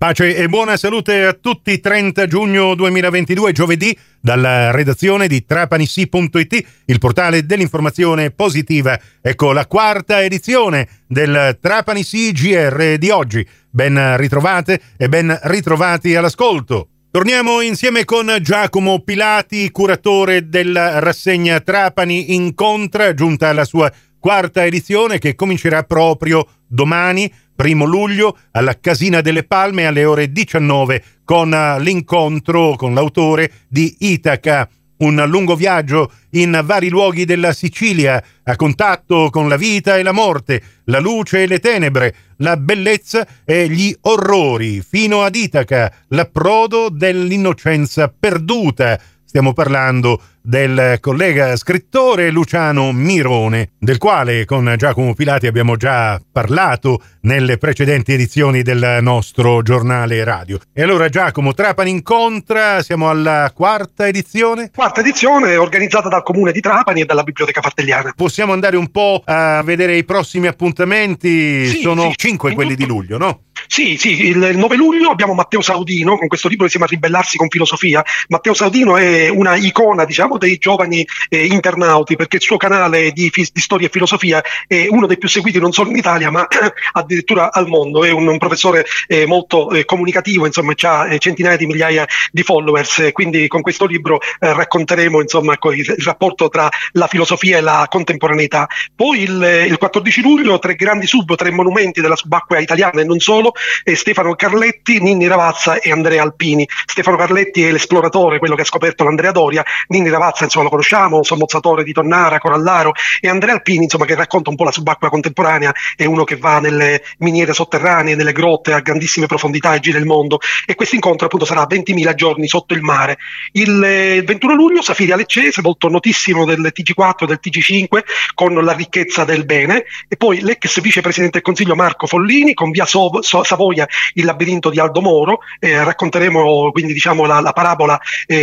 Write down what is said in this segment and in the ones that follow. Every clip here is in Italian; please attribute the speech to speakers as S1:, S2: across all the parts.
S1: Pace e buona salute a tutti. 30 giugno 2022, giovedì, dalla redazione di trapanissi.it, il portale dell'informazione positiva. Ecco la quarta edizione del Trapanissi GR di oggi. Ben ritrovate e ben ritrovati all'ascolto. Torniamo insieme con Giacomo Pilati, curatore della rassegna Trapani Incontra, giunta alla sua quarta edizione che comincerà proprio domani, 1 luglio, alla Casina delle Palme alle ore 19 con l'incontro con l'autore di Itaca, un lungo viaggio in vari luoghi della Sicilia, a contatto con la vita e la morte, la luce e le tenebre, la bellezza e gli orrori, fino ad Itaca, l'approdo dell'innocenza perduta. Stiamo parlando del collega scrittore Luciano Mirone, del quale con Giacomo Pilati abbiamo già parlato nelle precedenti edizioni del nostro giornale radio. E allora Giacomo, Trapani Incontra, siamo alla quarta edizione?
S2: Quarta edizione organizzata dal Comune di Trapani e dalla Biblioteca Fartelliana.
S1: Possiamo andare un po' a vedere i prossimi appuntamenti?
S2: Sì,
S1: sono
S2: sì.
S1: 5 quelli di luglio, no?
S2: Sì, il 9 luglio abbiamo Matteo Saudino con questo libro che si chiama Ribellarsi con filosofia. Matteo Saudino è una icona, diciamo, dei giovani internauti, perché il suo canale di storia e filosofia è uno dei più seguiti non solo in Italia ma addirittura al mondo. È un professore molto comunicativo, insomma, ha centinaia di migliaia di followers, quindi con questo libro racconteremo, insomma, il rapporto tra la filosofia e la contemporaneità. Poi il 14 luglio 3 monumenti della subacquea italiana e non solo, Stefano Carletti, Ninni Ravazza e Andrea Alpini. Stefano Carletti è l'esploratore, quello che ha scoperto l'Andrea Doria. Ninni Ravazza, insomma, lo conosciamo, sommozzatore di Tonnara, Corallaro, e Andrea Alpini, insomma, che racconta un po' la subacquea contemporanea, è uno che va nelle miniere sotterranee, nelle grotte a grandissime profondità e gira il mondo. E questo incontro appunto sarà 20.000 giorni sotto il mare. Il 21 luglio Safiri Aleccese, molto notissimo, del TG4 e del TG5, con La ricchezza del bene, e poi l'ex vicepresidente del Consiglio Marco Follini con Via Savoia, il labirinto di Aldo Moro. Racconteremo quindi, diciamo, la parabola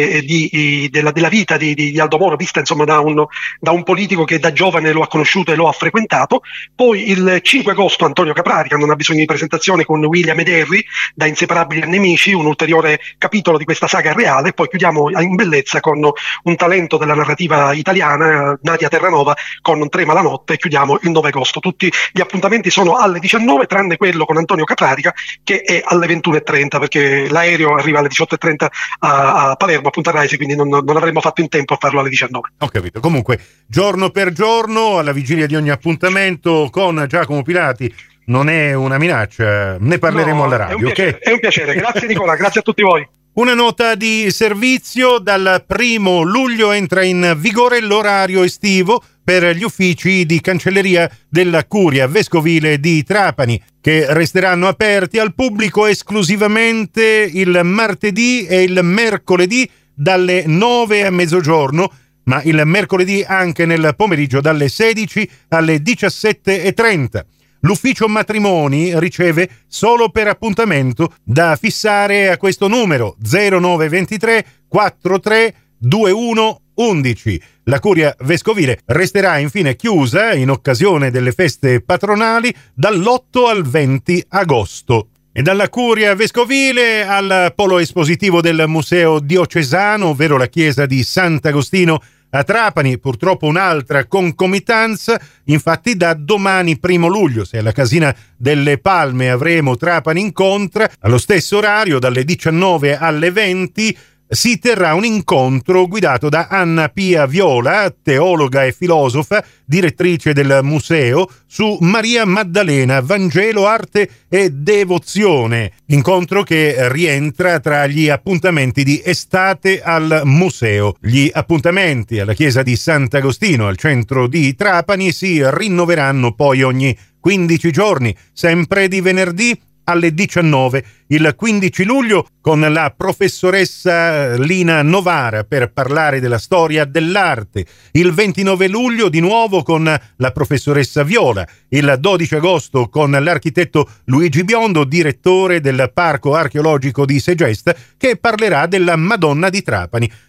S2: della vita di Aldo Moro, vista, insomma, da un politico che da giovane lo ha conosciuto e lo ha frequentato. Poi il 5 agosto Antonio Caprari, che non ha bisogno di presentazione, con William ed Harry, da Inseparabili a Nemici, un ulteriore capitolo di questa saga reale. Poi chiudiamo in bellezza con un talento della narrativa italiana, Nadia Terranova, con Trema la notte, e chiudiamo il 9 agosto. Tutti gli appuntamenti sono alle 19, tranne quello con Antonio Caprarica, che è alle 21:30, perché l'aereo arriva alle 18:30 a Palermo, a Punta Raisi, quindi non avremmo fatto in tempo a farlo alle 19.
S1: Ho capito. Comunque, giorno per giorno, alla vigilia di ogni appuntamento con Giacomo Pilati, non è una minaccia, ne parleremo alla radio.
S2: È un piacere. Grazie Nicola, grazie a tutti voi.
S1: Una nota di servizio: dal 1 luglio entra in vigore l'orario estivo per gli uffici di cancelleria della Curia Vescovile di Trapani, che resteranno aperti al pubblico esclusivamente il martedì e il mercoledì dalle 9 a mezzogiorno, ma il mercoledì anche nel pomeriggio dalle 16 alle 17:30. L'ufficio matrimoni riceve solo per appuntamento, da fissare a questo numero 0923 43 21 11. La Curia Vescovile resterà infine chiusa in occasione delle feste patronali dall'8 al 20 agosto. E dalla Curia Vescovile al polo espositivo del Museo Diocesano, ovvero la chiesa di Sant'Agostino a Trapani, purtroppo un'altra concomitanza. Infatti da domani 1 luglio, se alla Casina delle Palme avremo Trapani Incontra, allo stesso orario dalle 19 alle 20 si terrà un incontro guidato da Anna Pia Viola, teologa e filosofa, direttrice del museo, su Maria Maddalena, Vangelo, arte e devozione. Incontro che rientra tra gli appuntamenti di estate al museo. Gli appuntamenti alla chiesa di Sant'Agostino, al centro di Trapani, si rinnoveranno poi ogni 15 giorni, sempre di venerdì alle 19, il 15 luglio con la professoressa Lina Novara per parlare della storia dell'arte, il 29 luglio di nuovo con la professoressa Viola, il 12 agosto con l'architetto Luigi Biondo, direttore del Parco Archeologico di Segesta, che parlerà della Madonna di Trapani.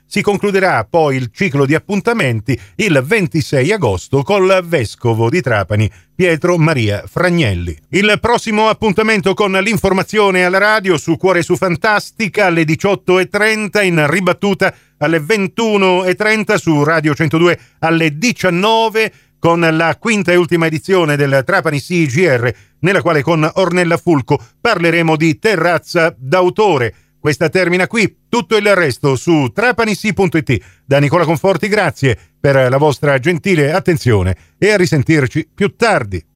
S1: Si concluderà poi il ciclo di appuntamenti il 26 agosto col vescovo di Trapani, Pietro Maria Fragnelli. Il prossimo appuntamento con l'informazione alla radio su Cuore su Fantastica alle 18:30, in ribattuta alle 21:30 su Radio 102 alle 19, con la quinta e ultima edizione del Trapani CGR, nella quale con Ornella Fulco parleremo di terrazza d'autore. Questa termina qui, tutto il resto su trapanisi.it. Da Nicola Conforti grazie per la vostra gentile attenzione e a risentirci più tardi.